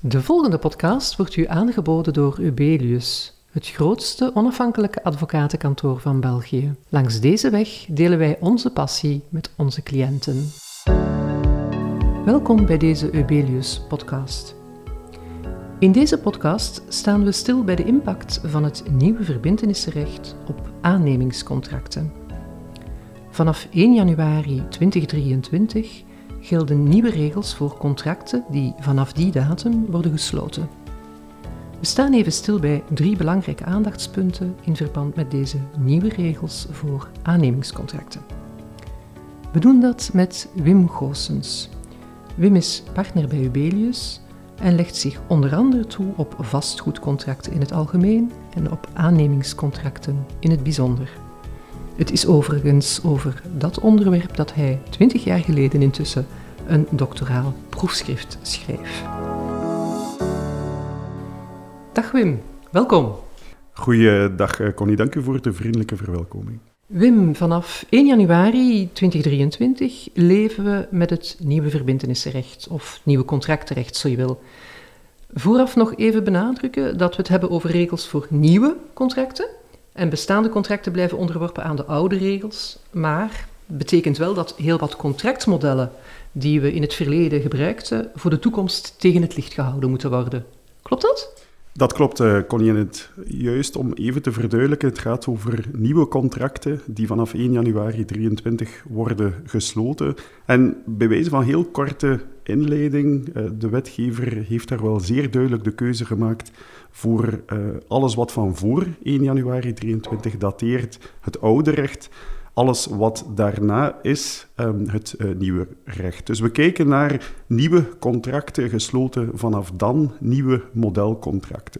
De volgende podcast wordt u aangeboden door Ubelius, het grootste onafhankelijke advocatenkantoor van België. Langs deze weg delen wij onze passie met onze cliënten. Welkom bij deze Ubelius-podcast. In deze podcast staan we stil bij de impact van het nieuwe verbintenissenrecht op aannemingscontracten. Vanaf 1 januari 2023 gelden nieuwe regels voor contracten die vanaf die datum worden gesloten. We staan even stil bij 3 belangrijke aandachtspunten in verband met deze nieuwe regels voor aannemingscontracten. We doen dat met Wim Goossens. Wim is partner bij Ubelius en legt zich onder andere toe op vastgoedcontracten in het algemeen en op aannemingscontracten in het bijzonder. Het is overigens over dat onderwerp dat hij 20 jaar geleden intussen een doctoraal proefschrift schreef. Dag Wim, welkom. Goeiedag Connie, dank u voor de vriendelijke verwelkoming. Wim, vanaf 1 januari 2023 leven we met het nieuwe verbintenissenrecht, of nieuwe contractenrecht, zo je wil. Vooraf nog even benadrukken dat we het hebben over regels voor nieuwe contracten. En bestaande contracten blijven onderworpen aan de oude regels, maar het betekent wel dat heel wat contractmodellen die we in het verleden gebruikten, voor de toekomst tegen het licht gehouden moeten worden. Klopt dat? Dat klopt, Connie. En juist om even te verduidelijken, het gaat over nieuwe contracten die vanaf 1 januari 2023 worden gesloten. En bij wijze van heel korte inleiding, de wetgever heeft daar wel zeer duidelijk de keuze gemaakt voor alles wat van voor 1 januari 2023 dateert, het oude recht. Alles wat daarna is, het nieuwe recht. Dus we kijken naar nieuwe contracten gesloten vanaf dan, nieuwe modelcontracten.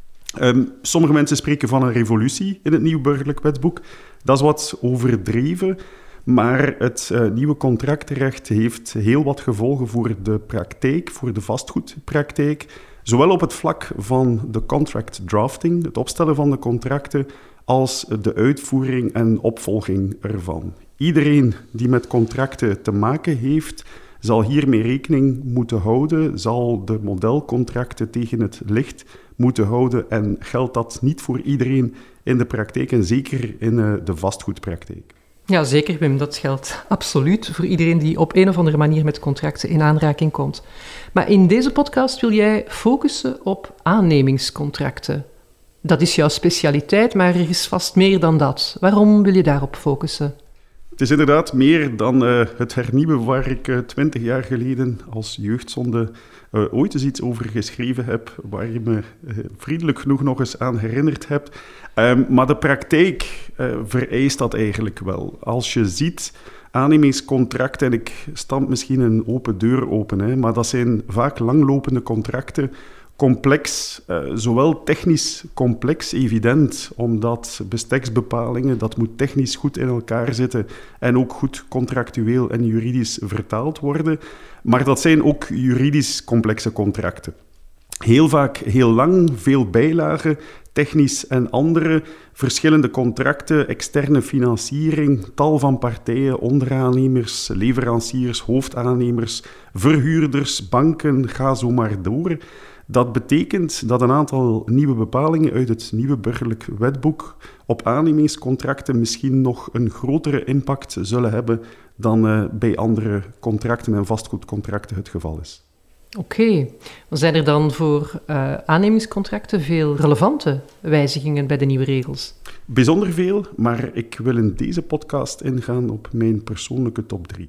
Sommige mensen spreken van een revolutie in het nieuw burgerlijk wetboek. Dat is wat overdreven, maar het nieuwe contractenrecht heeft heel wat gevolgen voor de praktijk, voor de vastgoedpraktijk. Zowel op het vlak van de contract drafting, het opstellen van de contracten, als de uitvoering en opvolging ervan. Iedereen die met contracten te maken heeft, zal hiermee rekening moeten houden, zal de modelcontracten tegen het licht moeten houden en geldt dat niet voor iedereen in de praktijk en zeker in de vastgoedpraktijk. Ja, zeker Wim, dat geldt absoluut voor iedereen die op een of andere manier met contracten in aanraking komt. Maar in deze podcast wil jij focussen op aannemingscontracten. Dat is jouw specialiteit, maar er is vast meer dan dat. Waarom wil je daarop focussen? Het is inderdaad meer dan het hernieuwen waar ik 20 jaar geleden als jeugdzonde ooit eens iets over geschreven heb, waar je me vriendelijk genoeg nog eens aan herinnerd hebt. Maar de praktijk vereist dat eigenlijk wel. Als je ziet aannemingscontracten, en ik stamp misschien een open deur open, maar dat zijn vaak langlopende contracten, complex, zowel technisch complex, evident, omdat besteksbepalingen, dat moet technisch goed in elkaar zitten en ook goed contractueel en juridisch vertaald worden. Maar dat zijn ook juridisch complexe contracten. Heel vaak heel lang, veel bijlagen, technisch en andere, verschillende contracten, externe financiering, tal van partijen, onderaannemers, leveranciers, hoofdaannemers, verhuurders, banken, ga zo maar door. Dat betekent dat een aantal nieuwe bepalingen uit het nieuwe burgerlijk wetboek op aannemingscontracten misschien nog een grotere impact zullen hebben dan bij andere contracten en vastgoedcontracten het geval is. Oké. Zijn er dan voor aannemingscontracten veel relevante wijzigingen bij de nieuwe regels? Bijzonder veel, maar ik wil in deze podcast ingaan op mijn persoonlijke top 3.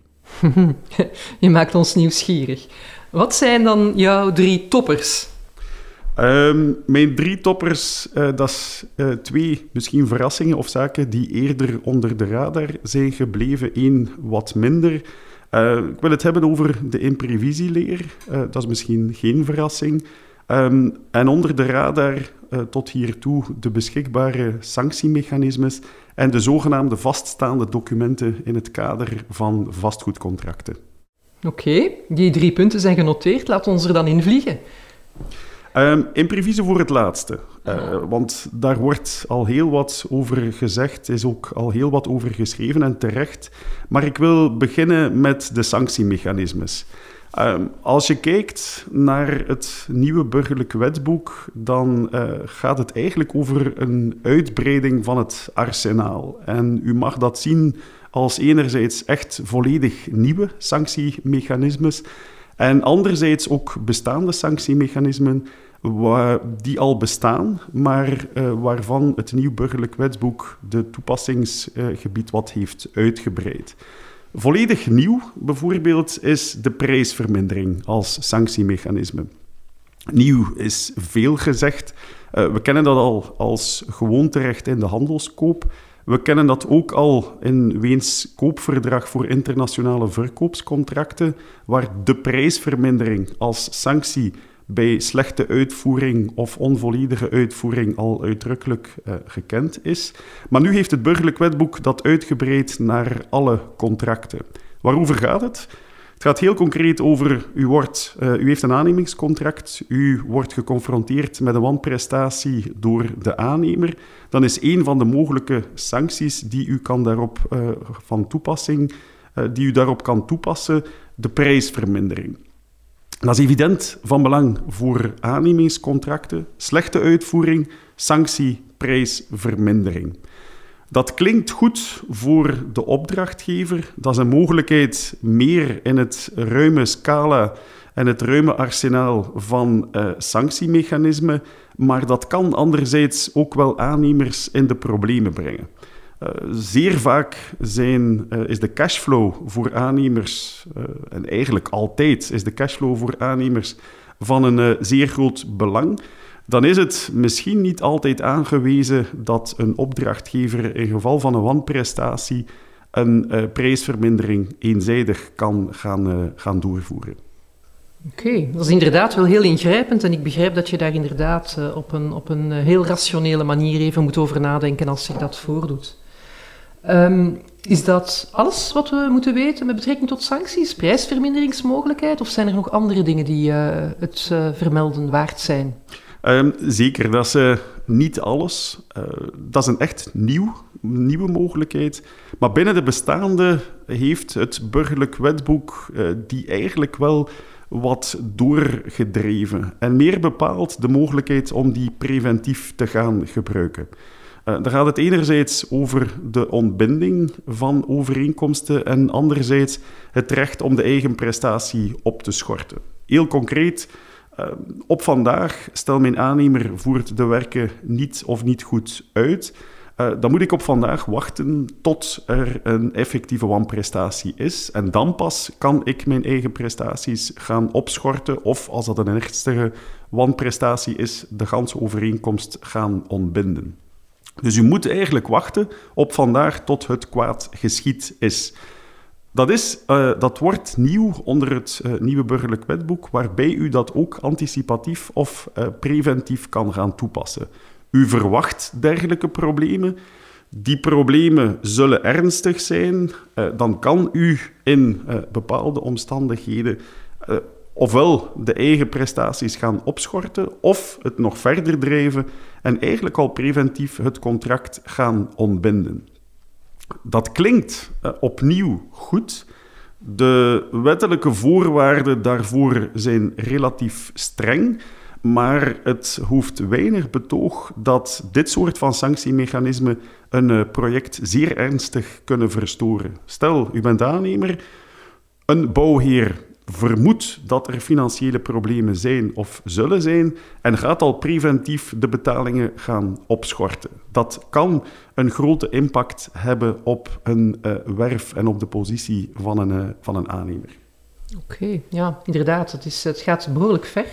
Je maakt ons nieuwsgierig. Wat zijn dan jouw 3 toppers? Mijn 3 toppers, dat is 2 misschien verrassingen of zaken die eerder onder de radar zijn gebleven, 1 wat minder. Ik wil het hebben over de imprevisieleer, dat is misschien geen verrassing. En onder de radar tot hiertoe de beschikbare sanctiemechanismes en de zogenaamde vaststaande documenten in het kader van vastgoedcontracten. Oké, die 3 punten zijn genoteerd. Laat ons er dan in vliegen. Imprevisie voor het laatste. Want daar wordt al heel wat over gezegd, is ook al heel wat over geschreven en terecht. Maar ik wil beginnen met de sanctiemechanismes. Als je kijkt naar het nieuwe burgerlijk wetboek, dan gaat het eigenlijk over een uitbreiding van het arsenaal. En u mag dat zien als enerzijds echt volledig nieuwe sanctiemechanismes en anderzijds ook bestaande sanctiemechanismen die al bestaan, maar waarvan het nieuw burgerlijk wetboek de toepassingsgebied wat heeft uitgebreid. Volledig nieuw, bijvoorbeeld, is de prijsvermindering als sanctiemechanisme. Nieuw is veel gezegd. We kennen dat al als gewoonterecht in de handelskoop. We kennen dat ook al in Weens koopverdrag voor internationale verkoopscontracten, waar de prijsvermindering als sanctie bij slechte uitvoering of onvolledige uitvoering al uitdrukkelijk gekend is. Maar nu heeft het burgerlijk wetboek dat uitgebreid naar alle contracten. Waarover gaat het? Het gaat heel concreet over, u heeft een aannemingscontract, u wordt geconfronteerd met een wanprestatie door de aannemer. Dan is een van de mogelijke sancties die u daarop kan toepassen, de prijsvermindering. Dat is evident van belang voor aannemingscontracten. Slechte uitvoering, sanctie, prijsvermindering. Dat klinkt goed voor de opdrachtgever. Dat is een mogelijkheid meer in het ruime scala en het ruime arsenaal van sanctiemechanismen, maar dat kan anderzijds ook wel aannemers in de problemen brengen. Zeer vaak is de cashflow voor aannemers, en eigenlijk altijd is de cashflow voor aannemers van een zeer groot belang. Dan is het misschien niet altijd aangewezen dat een opdrachtgever in geval van een wanprestatie een prijsvermindering eenzijdig kan gaan doorvoeren. Oké, dat is inderdaad wel heel ingrijpend en ik begrijp dat je daar inderdaad op een heel rationele manier even moet over nadenken als zich dat voordoet. Is dat alles wat we moeten weten met betrekking tot sancties, prijsverminderingsmogelijkheid, of zijn er nog andere dingen die het vermelden waard zijn? Zeker, dat is niet alles. Dat is een echt nieuwe mogelijkheid. Maar binnen de bestaande heeft het burgerlijk wetboek die eigenlijk wel wat doorgedreven. En meer bepaald de mogelijkheid om die preventief te gaan gebruiken. Dan gaat het enerzijds over de ontbinding van overeenkomsten en anderzijds het recht om de eigen prestatie op te schorten. Heel concreet, op vandaag, stel mijn aannemer voert de werken niet goed uit, dan moet ik op vandaag wachten tot er een effectieve wanprestatie is. En dan pas kan ik mijn eigen prestaties gaan opschorten of, als dat een ernstige wanprestatie is, de ganse overeenkomst gaan ontbinden. Dus u moet eigenlijk wachten op vandaag tot het kwaad geschied is. Dat wordt nieuw onder het nieuwe burgerlijk wetboek, waarbij u dat ook anticipatief of preventief kan gaan toepassen. U verwacht dergelijke problemen. Die problemen zullen ernstig zijn. Dan kan u in bepaalde omstandigheden ofwel de eigen prestaties gaan opschorten of het nog verder drijven en eigenlijk al preventief het contract gaan ontbinden. Dat klinkt opnieuw goed. De wettelijke voorwaarden daarvoor zijn relatief streng, maar het hoeft weinig betoog dat dit soort van sanctiemechanismen een project zeer ernstig kunnen verstoren. Stel, u bent aannemer, een bouwheer vermoedt dat er financiële problemen zijn of zullen zijn en gaat al preventief de betalingen gaan opschorten. Dat kan een grote impact hebben op een werf en op de positie van een aannemer. Oké, ja, inderdaad. Het gaat behoorlijk ver.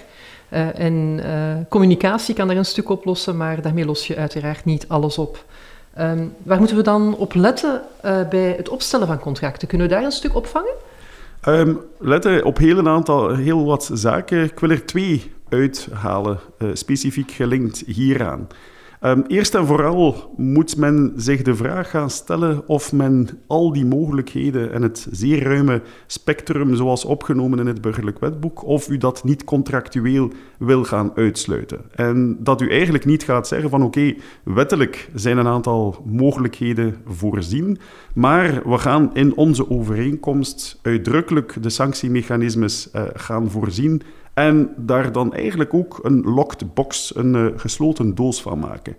Communicatie kan daar een stuk oplossen, maar daarmee los je uiteraard niet alles op. Waar moeten we dan op letten bij het opstellen van contracten? Kunnen we daar een stuk opvangen? Letten op heel wat zaken. Ik wil er 2 uithalen, specifiek gelinkt hieraan. Eerst en vooral moet men zich de vraag gaan stellen of men al die mogelijkheden en het zeer ruime spectrum, zoals opgenomen in het burgerlijk wetboek, of u dat niet contractueel wil gaan uitsluiten. En dat u eigenlijk niet gaat zeggen van oké, wettelijk zijn een aantal mogelijkheden voorzien, maar we gaan in onze overeenkomst uitdrukkelijk de sanctiemechanismes gaan voorzien en daar dan eigenlijk ook een locked box, een gesloten doos van maken.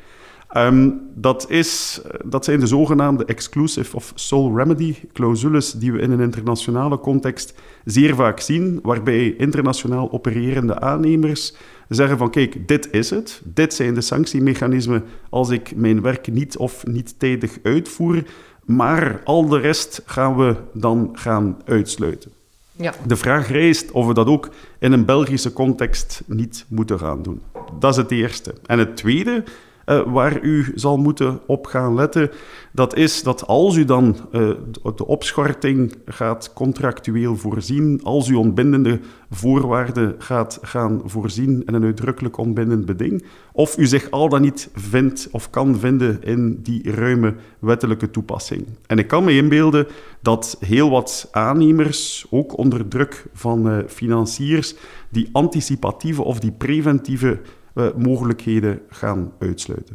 Dat zijn de zogenaamde exclusive of sole remedy clausules die we in een internationale context zeer vaak zien, waarbij internationaal opererende aannemers zeggen van kijk, dit is het, dit zijn de sanctiemechanismen als ik mijn werk niet tijdig uitvoer, maar al de rest gaan we dan gaan uitsluiten. Ja. De vraag rijst of we dat ook in een Belgische context niet moeten gaan doen. Dat is het eerste. En het tweede, waar u zal moeten op gaan letten, dat is dat als u dan de opschorting gaat contractueel voorzien, als u ontbindende voorwaarden gaat gaan voorzien in een uitdrukkelijk ontbindend beding, of u zich al dan niet vindt of kan vinden in die ruime wettelijke toepassing. En ik kan me inbeelden dat heel wat aannemers, ook onder druk van financiers, die anticipatieve of die preventieve mogelijkheden gaan uitsluiten.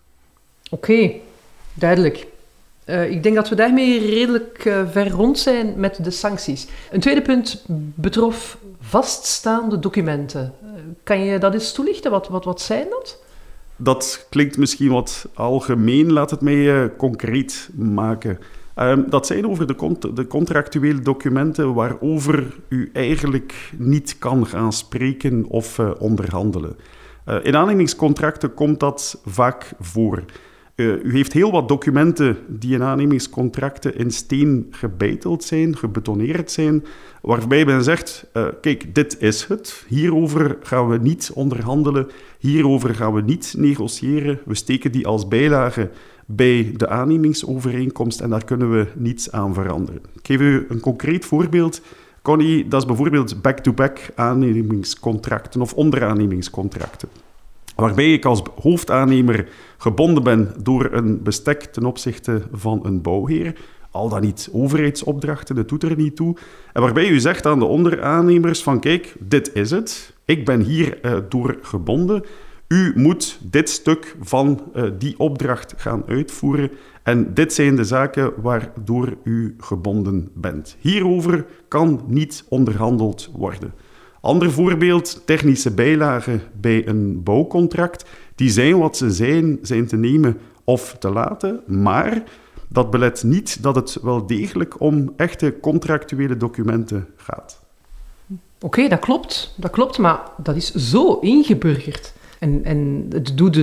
Oké, duidelijk. Ik denk dat we daarmee redelijk ver rond zijn met de sancties. Een tweede punt betrof vaststaande documenten. Kan je dat eens toelichten? Wat zijn dat? Dat klinkt misschien wat algemeen. Laat het mij concreet maken. Dat zijn over de contractuele documenten waarover u eigenlijk niet kan gaan spreken of onderhandelen. In aannemingscontracten komt dat vaak voor. U heeft heel wat documenten die in aannemingscontracten in steen gebeiteld zijn, gebetoneerd zijn, waarbij men zegt, kijk, dit is het, hierover gaan we niet onderhandelen, hierover gaan we niet negociëren, we steken die als bijlage bij de aannemingsovereenkomst en daar kunnen we niets aan veranderen. Ik geef u een concreet voorbeeld. Connie, dat is bijvoorbeeld back-to-back aannemingscontracten of onderaannemingscontracten. Waarbij ik als hoofdaannemer gebonden ben door een bestek ten opzichte van een bouwheer, al dan niet overheidsopdrachten, dat doet er niet toe. En waarbij u zegt aan de onderaannemers van kijk, dit is het, ik ben hier door gebonden, u moet dit stuk van die opdracht gaan uitvoeren en dit zijn de zaken waardoor u gebonden bent. Hierover kan niet onderhandeld worden. Ander voorbeeld, technische bijlagen bij een bouwcontract. Die zijn wat ze zijn te nemen of te laten, maar dat belet niet dat het wel degelijk om echte contractuele documenten gaat. Oké, dat klopt, maar dat is zo ingeburgerd. En het doet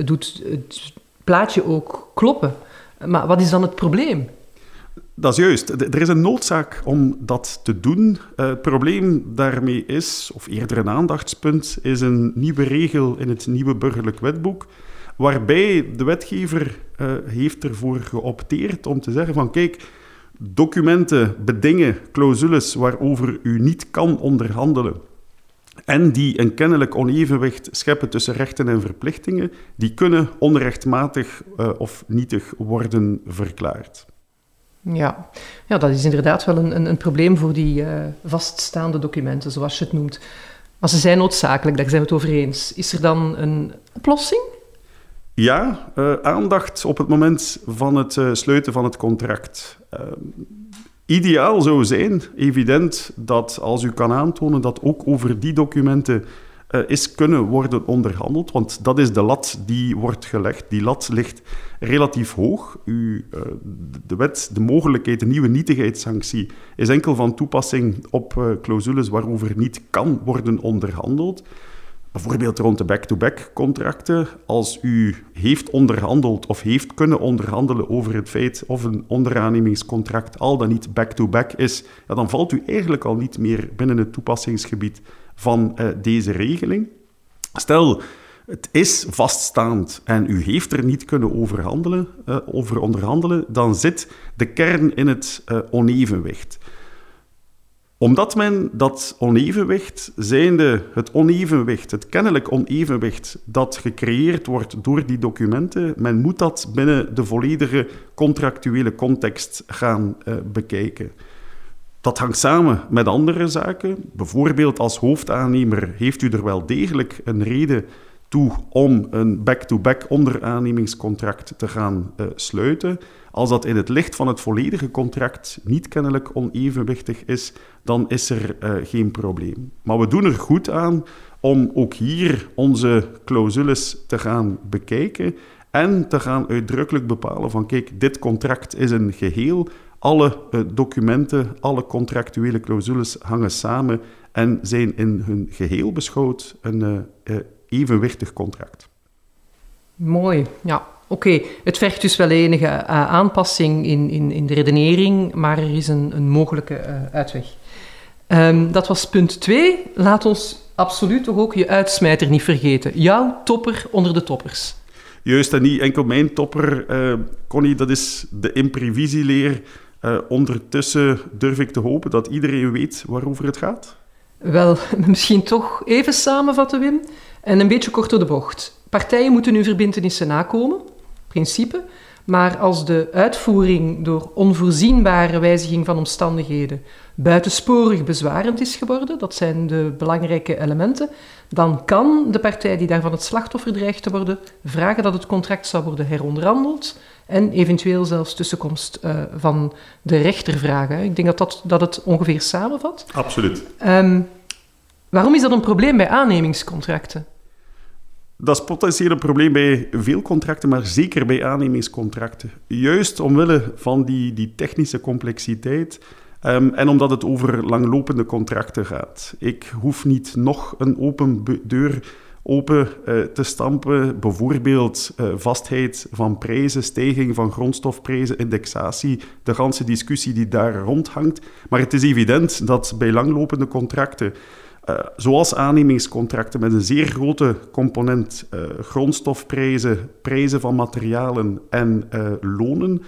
het plaatje ook kloppen. Maar wat is dan het probleem? Dat is juist. Er is een noodzaak om dat te doen. Het probleem daarmee is, of eerder een aandachtspunt, is een nieuwe regel in het nieuwe burgerlijk wetboek, waarbij de wetgever heeft ervoor geopteerd om te zeggen van kijk, documenten, bedingen, clausules waarover u niet kan onderhandelen en die een kennelijk onevenwicht scheppen tussen rechten en verplichtingen, die kunnen onrechtmatig of nietig worden verklaard. Ja, dat is inderdaad wel een probleem voor die vaststaande documenten, zoals je het noemt. Maar ze zijn noodzakelijk, daar zijn we het over eens. Is er dan een oplossing? Ja, aandacht op het moment van het sluiten van het contract. Ideaal zou zijn, evident, dat als u kan aantonen dat ook over die documenten is kunnen worden onderhandeld, want dat is de lat die wordt gelegd. Die lat ligt relatief hoog. De wet, de mogelijkheid, de nieuwe nietigheidssanctie, is enkel van toepassing op clausules waarover niet kan worden onderhandeld. Bijvoorbeeld rond de back-to-back contracten. Als u heeft onderhandeld of heeft kunnen onderhandelen over het feit of een onderaannemingscontract al dan niet back-to-back is, dan valt u eigenlijk al niet meer binnen het toepassingsgebied van deze regeling. Stel, het is vaststaand en u heeft er niet kunnen over onderhandelen, dan zit de kern in het onevenwicht. Omdat men dat onevenwicht, zijnde het onevenwicht, het kennelijk onevenwicht dat gecreëerd wordt door die documenten, men moet dat binnen de volledige contractuele context gaan bekijken. Dat hangt samen met andere zaken. Bijvoorbeeld als hoofdaannemer heeft u er wel degelijk een reden toe om een back-to-back onderaannemingscontract te gaan sluiten. Als dat in het licht van het volledige contract niet kennelijk onevenwichtig is, dan is er geen probleem. Maar we doen er goed aan om ook hier onze clausules te gaan bekijken en te gaan uitdrukkelijk bepalen van kijk, dit contract is een geheel. Alle documenten, alle contractuele clausules hangen samen en zijn in hun geheel beschouwd een evenwichtig contract. Mooi, ja. Oké, het vergt dus wel enige aanpassing in de redenering, maar er is een mogelijke uitweg. Dat was punt 2. Laat ons absoluut toch ook je uitsmijter niet vergeten. Jouw topper onder de toppers. Juist, en niet enkel mijn topper, Connie, dat is de imprevisieleer. Ondertussen durf ik te hopen dat iedereen weet waarover het gaat. Wel, misschien toch even samenvatten, Wim. En een beetje kort door de bocht. Partijen moeten hun verbintenissen nakomen, principe. Maar als de uitvoering door onvoorzienbare wijziging van omstandigheden buitensporig bezwarend is geworden, dat zijn de belangrijke elementen, dan kan de partij die daarvan het slachtoffer dreigt te worden vragen dat het contract zou worden heronderhandeld en eventueel zelfs tussenkomst van de rechter vragen. Ik denk dat het ongeveer samenvat. Absoluut. Waarom is dat een probleem bij aannemingscontracten? Dat is potentieel een probleem bij veel contracten, maar zeker bij aannemingscontracten. Juist omwille van die technische complexiteit en omdat het over langlopende contracten gaat. Ik hoef niet nog een open deur open te stampen. Bijvoorbeeld vastheid van prijzen, stijging van grondstofprijzen, indexatie, de ganse discussie die daar rondhangt. Maar het is evident dat bij langlopende contracten, zoals aannemingscontracten met een zeer grote component grondstofprijzen, prijzen van materialen en lonen,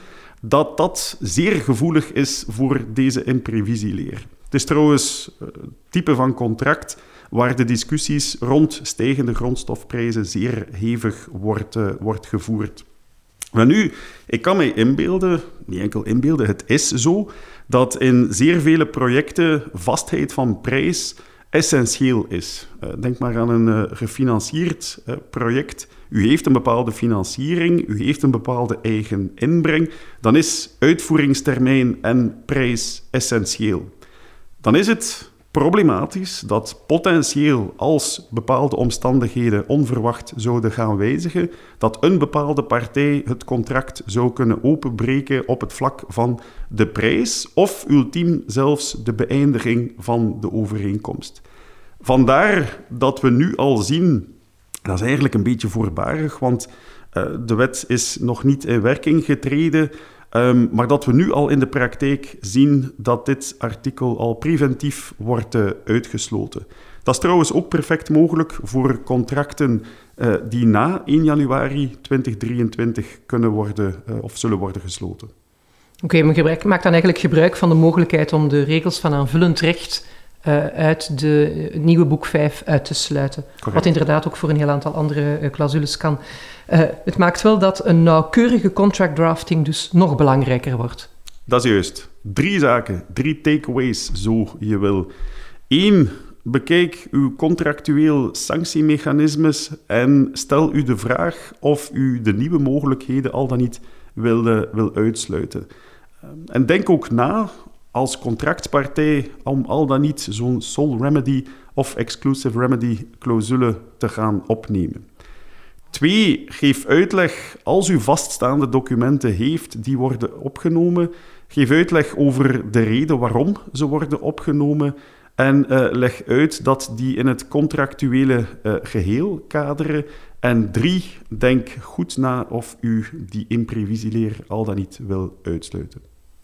dat zeer gevoelig is voor deze imprevisieleer. Het is trouwens het type van contract waar de discussies rond stijgende grondstofprijzen zeer hevig wordt gevoerd. Maar nu, ik kan mij inbeelden, niet enkel inbeelden, het is zo, dat in zeer vele projecten vastheid van prijs essentieel is. Denk maar aan een gefinancierd project. U heeft een bepaalde financiering, u heeft een bepaalde eigen inbreng. Dan is uitvoeringstermijn en prijs essentieel. Dan is het problematisch dat potentieel als bepaalde omstandigheden onverwacht zouden gaan wijzigen, dat een bepaalde partij het contract zou kunnen openbreken op het vlak van de prijs of ultiem zelfs de beëindiging van de overeenkomst. Vandaar dat we nu al zien, dat is eigenlijk een beetje voorbarig, want de wet is nog niet in werking getreden, maar dat we nu al in de praktijk zien dat dit artikel al preventief wordt uitgesloten. Dat is trouwens ook perfect mogelijk voor contracten die na 1 januari 2023 kunnen worden of zullen worden gesloten. Oké, men maakt dan eigenlijk gebruik van de mogelijkheid om de regels van aanvullend recht uit de nieuwe boek 5 uit te sluiten. Correct. Wat inderdaad ook voor een heel aantal andere clausules kan. Het maakt wel dat een nauwkeurige contract drafting dus nog belangrijker wordt. Dat is juist. 3 zaken, 3 takeaways, zo je wil. 1. Bekijk uw contractueel sanctiemechanismes en stel u de vraag of u de nieuwe mogelijkheden al dan niet wil uitsluiten. En denk ook na als contractpartij om al dan niet zo'n sole remedy of exclusive remedy clausule te gaan opnemen. 2. Geef uitleg als u vaststaande documenten heeft die worden opgenomen. Geef uitleg over de reden waarom ze worden opgenomen en leg uit dat die in het contractuele geheel kaderen. En 3. Denk goed na of u die imprevisieleer al dan niet wil uitsluiten.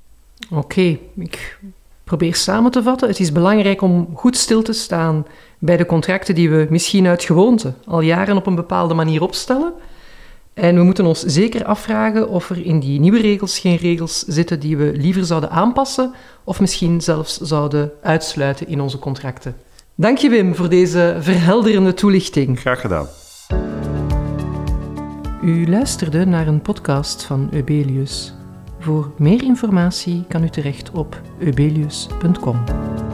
Oké, ik probeer samen te vatten. Het is belangrijk om goed stil te staan bij de contracten die we misschien uit gewoonte al jaren op een bepaalde manier opstellen. En we moeten ons zeker afvragen of er in die nieuwe regels geen regels zitten die we liever zouden aanpassen of misschien zelfs zouden uitsluiten in onze contracten. Dank je, Wim, voor deze verhelderende toelichting. Graag gedaan. U luisterde naar een podcast van Eubelius. Voor meer informatie kan u terecht op eubelius.com.